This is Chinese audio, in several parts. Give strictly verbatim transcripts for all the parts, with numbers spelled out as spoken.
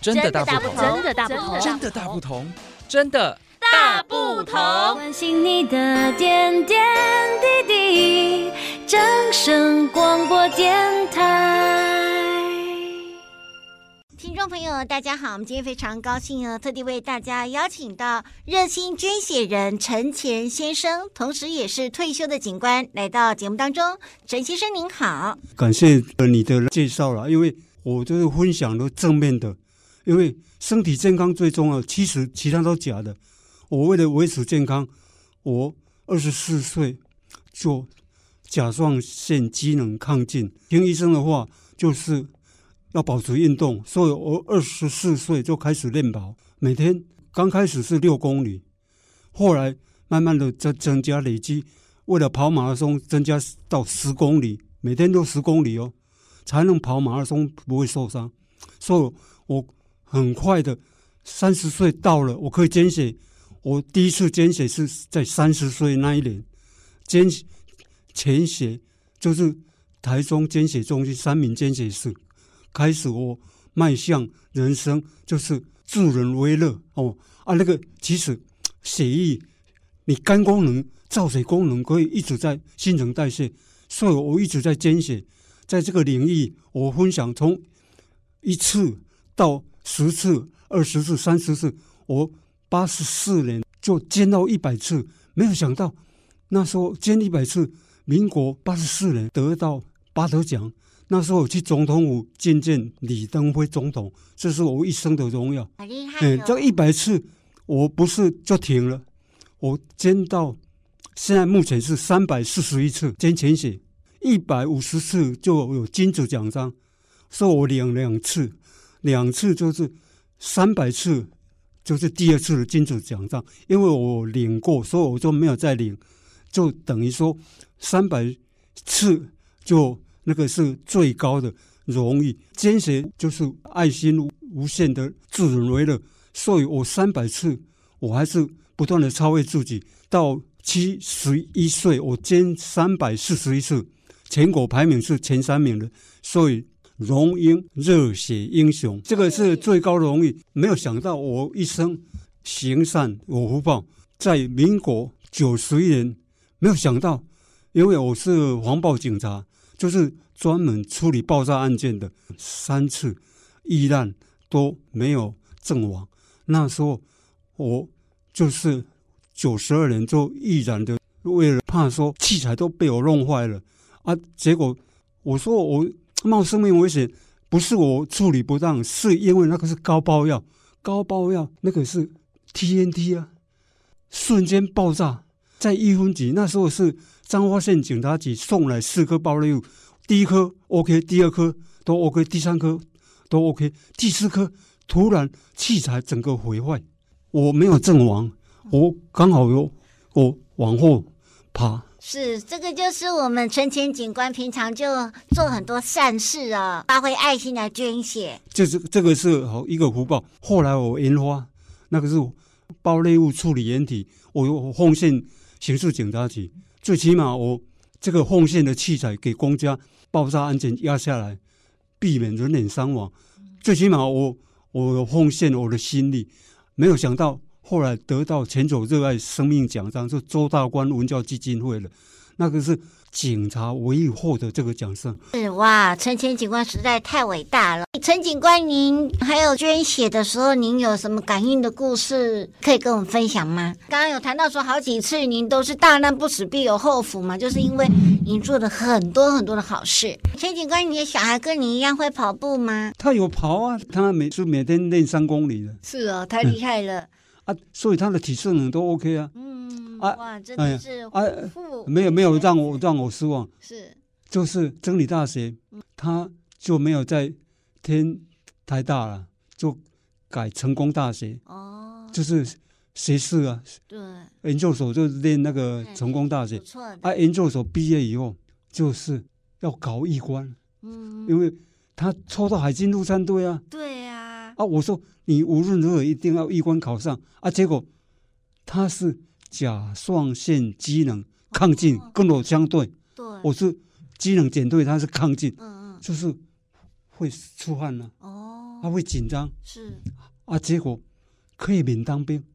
真的大不同， 真的大不同， 真的大不同，真的大不同。 关心你的点点滴滴，掌声广播电台。 听众朋友大家好，我们今天非常高兴呢，特地为大家邀请到热心捐血人陈乾先生，同时也是退休的警官来到节目当中。陈先生您好。 感谢你的介绍啦，因为我就是分享的正面的，因为身体健康最重要，其实其他都假的。我为了维持健康，我二十四岁就甲状腺机能亢进，听医生的话就是要保持运动，所以我二十四岁就开始练跑，每天刚开始是六公里，后来慢慢的增增加累积，为了跑马拉松增加到十公里，每天都十公里哦，才能跑马拉松不会受伤。所以我很快的三十岁到了，我可以捐血。我第一次捐血是在三十岁那一年，捐潜血就是台中捐血中心三民捐血室。开始我迈向人生就是助人为乐哦啊，那个其实血液你肝功能、造血功能可以一直在新陈代谢，所以我一直在捐血。在这个领域，我分享从一次到十次、二十次、三十次，我八十四年就捐到一百次，没有想到那时候捐一百次，民国八十四年得到巴德奖。那时候我去总统府觐见李登辉总统，这是我一生的荣耀。 好厉害、哦嗯！这一百次我不是就停了，我捐到现在目前是三百四十一次捐潜血，一百五十次就有金质奖章，所以我领两次，两次就是三百次，就是第二次的金质奖章，因为我领过，所以我就没有再领，就等于说三百次就。那个是最高的荣誉，捐血就是爱心无限的助人为乐，所以我三百次，我还是不断的超越自己。到七十一岁，我捐三百四十一次，全国排名是前三名的，所以荣膺热血英雄，这个是最高荣誉。没有想到我一生行善有福报，在民国九十一年，没有想到，因为我是防暴警察。就是专门处理爆炸案件的，三次遇难都没有阵亡。那时候我就是九十二年就毅然的，为了怕说器材都被我弄坏了啊，结果我说我冒生命危险，不是我处理不当，是因为那个是高爆药，高爆药那个是 T N T 啊，瞬间爆炸。在一分级，那时候是彰化县警察局送来四颗爆裂物，第一颗 OK， 第二颗都 OK， 第三颗都 OK， 第四颗突然器材整个毁坏，我没有阵亡，我刚好有我往后爬。 是，这个就是我们陈乾警官平常就做很多善事啊，发挥爱心来捐血。 这是这个是好一个福报。后来我研发那个是爆裂物处理原体，我有奉献刑事警察局，最起码我这个奉献的器材给公家爆炸案件压下来，避免人员伤亡。最起码我我有奉献我的心力，没有想到后来得到前走热爱生命奖章，是周大观文教基金会的，那个是警察唯一获得这个奖项。 是哇，陈乾警官实在太伟大了。陈警官，您还有捐血的时候，您有什么感应的故事可以跟我们分享吗？刚刚有谈到说好几次您都是大难不死必有后福嘛，就是因为您做了很多很多的好事。陈警官，你的小孩跟你一样会跑步吗？ 他有跑啊，他每次每天练三公里的。 是哦，太厉害了、 嗯、啊，所以他的体适能都 OK 啊。 嗯， 啊、 哇，真的是啊，没有没有让我让我失望。 是， 就是真理大学，他就没有在填台大了，就改成功大学。哦，就是学士啊， 对， 研究所就练那个成功大学。 不错的。 啊，研究所毕业以后就是要考医官，嗯，因为他抽到海军陆战队啊。 对啊。 啊，我说你无论如何一定要医官考上啊，结果他是甲状腺机能亢进，哦、跟我相对。对，我是机能减退，他是亢进，嗯嗯，就是会出汗了、啊。哦， 他会紧张是啊，结果可以免当兵，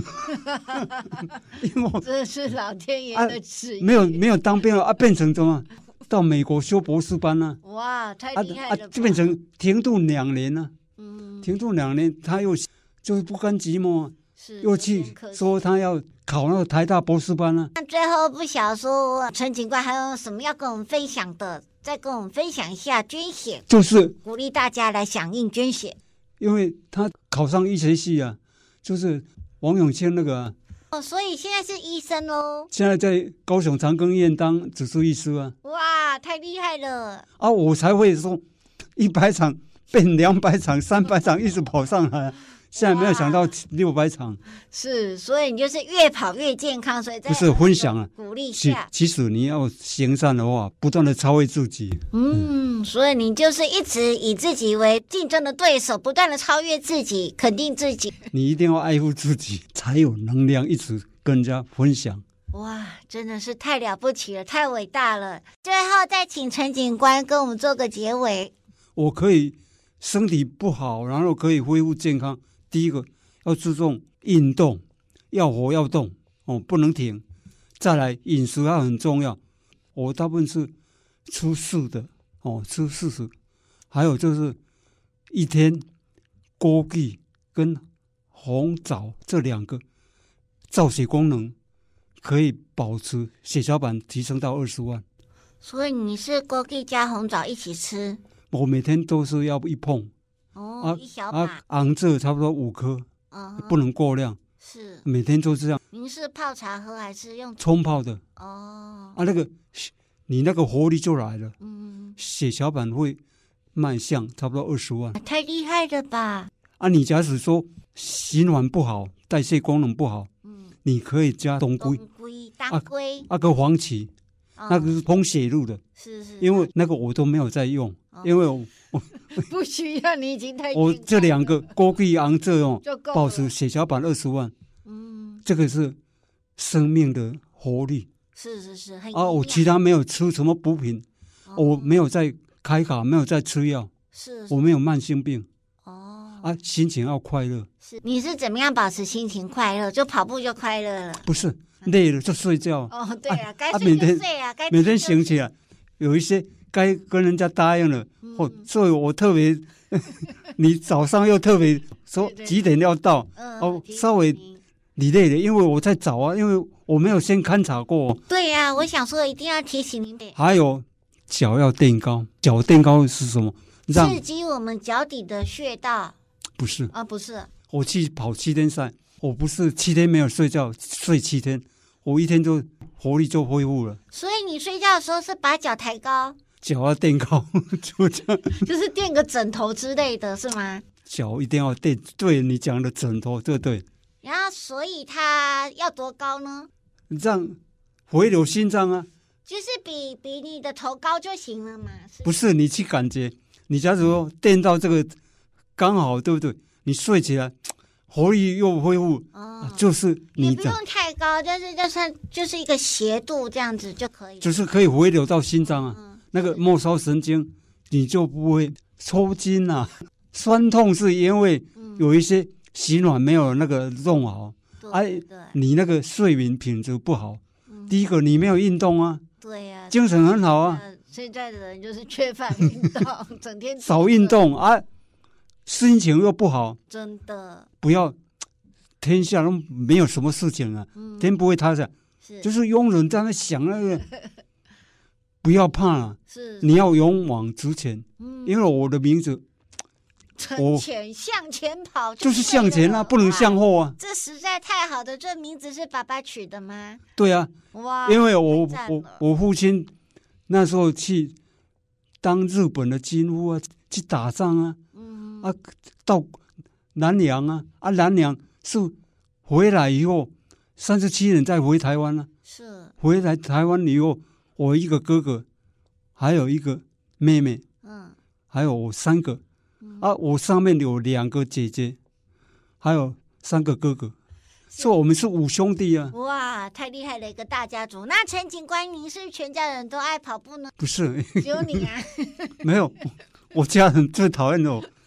因为我这是老天爷的旨意， 没有没有当兵了啊，变成怎么到美国修博士班呢、 啊？哇，太啊厉害了吧！ 啊，就变成停顿两年了、啊。 嗯， 停顿两年，他又就是不甘寂寞、啊， 是又去说他要考那个台大博士班啊。 那最后不晓得说陈警官还有什么要跟我们分享的？再跟我们分享一下捐血， 就是鼓励大家来响应捐血。 因为他考上医学系啊，就是王永庆那个、啊、 哦，所以现在是医生喽。 现在在高雄长庚医院当主治医师啊。 哇，太厉害了！ 啊，我才会说一百场变两百场、三百场，一直跑上来、啊。现在没有想到六百场， 是，所以你就是越跑越健康，所以在不是分享啊， 鼓励下。 其实你要行善的话，不断的超越自己。 嗯，嗯，所以你就是一直以自己为竞争的对手，不断的超越自己，肯定自己。 你一定要爱护自己，才有能量一直跟人家分享。 哇，真的是太了不起了，太伟大了！最后再请陈警官跟我们做个结尾。 我可以身体不好，然后可以恢复健康。第一个要注重运动，要活要动哦，不能停。再来饮食要很重要，我大部分是吃素的哦，吃素食。还有就是一天枸杞跟红枣这两个造血功能可以保持血小板提升到二十万。 所以你是枸杞加红枣一起吃？ 我每天都是要一碰。 哦， 啊、 一小把， 啊，昂这差不多五颗， 嗯， 不能过量， 是每天都这样。 您是泡茶喝还是用冲泡的？ 哦， 啊，那个你那个活力就来了， 嗯， 血小板会迈向差不多二十万。 太厉害了吧？ 啊，你假使说循环不好，代谢功能不好，嗯，你可以加冬龟、 冬龟、当归、 那个黄芪， 哦、 那个是通血路的， 是是， 因为那个我都没有在用，哦、因为我。 不需要，你已经太我这两个枸杞昂这哦，保持血小板二十万， 嗯， 这个是生命的活力。 是是是，很啊，我其他没有吃什么补品，哦、我没有在开卡，没有在吃药， 是, 是， 我没有慢性病。 哦， 啊，心情要快乐。 是，你是怎么样保持心情快乐？就跑步就快乐了？ 不是，累了就睡觉。 哦，对啊，该睡就睡啊，该每天醒起来，有一些。该跟人家答应了，或、嗯、所以我特别，你早上又特别说几点要到， 嗯、 哦，稍微你累了，因为我在找啊，因为我没有先勘察过。 对呀、啊，我想说一定要提醒您。 还有脚要垫高，脚垫高是什么？ 让刺激我们脚底的穴道。 不是啊，不是。 我去跑七天赛，我不是七天没有睡觉，睡七天，我一天就活力就恢复了。 所以你睡觉的时候是把脚抬高。 脚要垫高，就这样， 就是垫个枕头之类的是吗？ 脚一定要垫，对你讲的枕头，对对。 然后，所以它要多高呢？ 这样回流心脏啊， 就是比比你的头高就行了嘛。是不是你去感觉，你假如说垫到这个刚好，对不对？你睡起来，活力又恢复，哦啊、就是你也不用太高，就是就是就是一个斜度这样子就可以， 就是可以回流到心脏啊。嗯那个末梢神经你就不会抽筋啊，酸痛是因为有一些洗暖没有那个弄好，哎、啊，你那个睡眠品质不好。嗯、第一个你没有运动啊， 对呀、啊， 精神很好啊。 现在的人就是缺乏运动，整天少运动啊，心情又不好， 真的不要天下都没有什么事情啊，嗯、天不会塌下，是就是庸人在那想那个。不要怕了， 是你要勇往直前。嗯，因为我的名字， 向前向前跑就，就是向前啊，不能向后啊。 这实在太好了，这名字是爸爸取的吗？ 对啊， 哇！ 因为我我我父亲那时候去当日本的军夫啊，去打仗啊，嗯啊，到南洋啊，啊南洋是回来以后，三十七人再回台湾啊， 是回来台湾以后。我一个哥哥，还有一个妹妹，嗯，还有我三个，嗯、啊，我上面有两个姐姐，还有三个哥哥，所以我们是五兄弟啊！ 哇，太厉害了，一个大家族。那陈警官，您是不是全家人都爱跑步呢？ 不是， 只有你啊？ 没有，我家人最讨厌我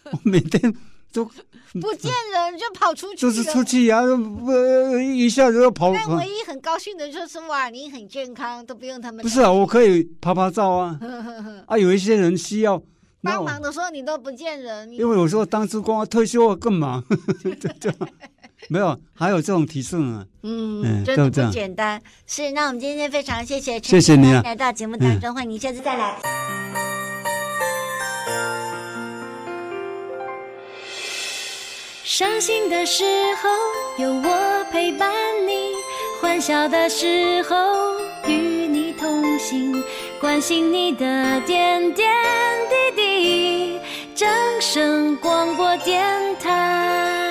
我每天都不见人就跑出去了， 就是出去啊，呃，一下子就跑。 但唯一很高兴的就是哇，你很健康，都不用他们。 不是啊，我可以拍拍照啊。啊，有一些人需要帮忙的时候，你都不见人。 因为有时候当职工退休更忙，就没有，还有这种提示啊。 嗯，嗯真的不简单。是，那我们今天非常谢谢， 谢谢你啊， 来到节目当中，欢迎你下次再来。 伤心的时候有我陪伴你，欢笑的时候与你同行，关心你的点点滴滴。正声广播电台。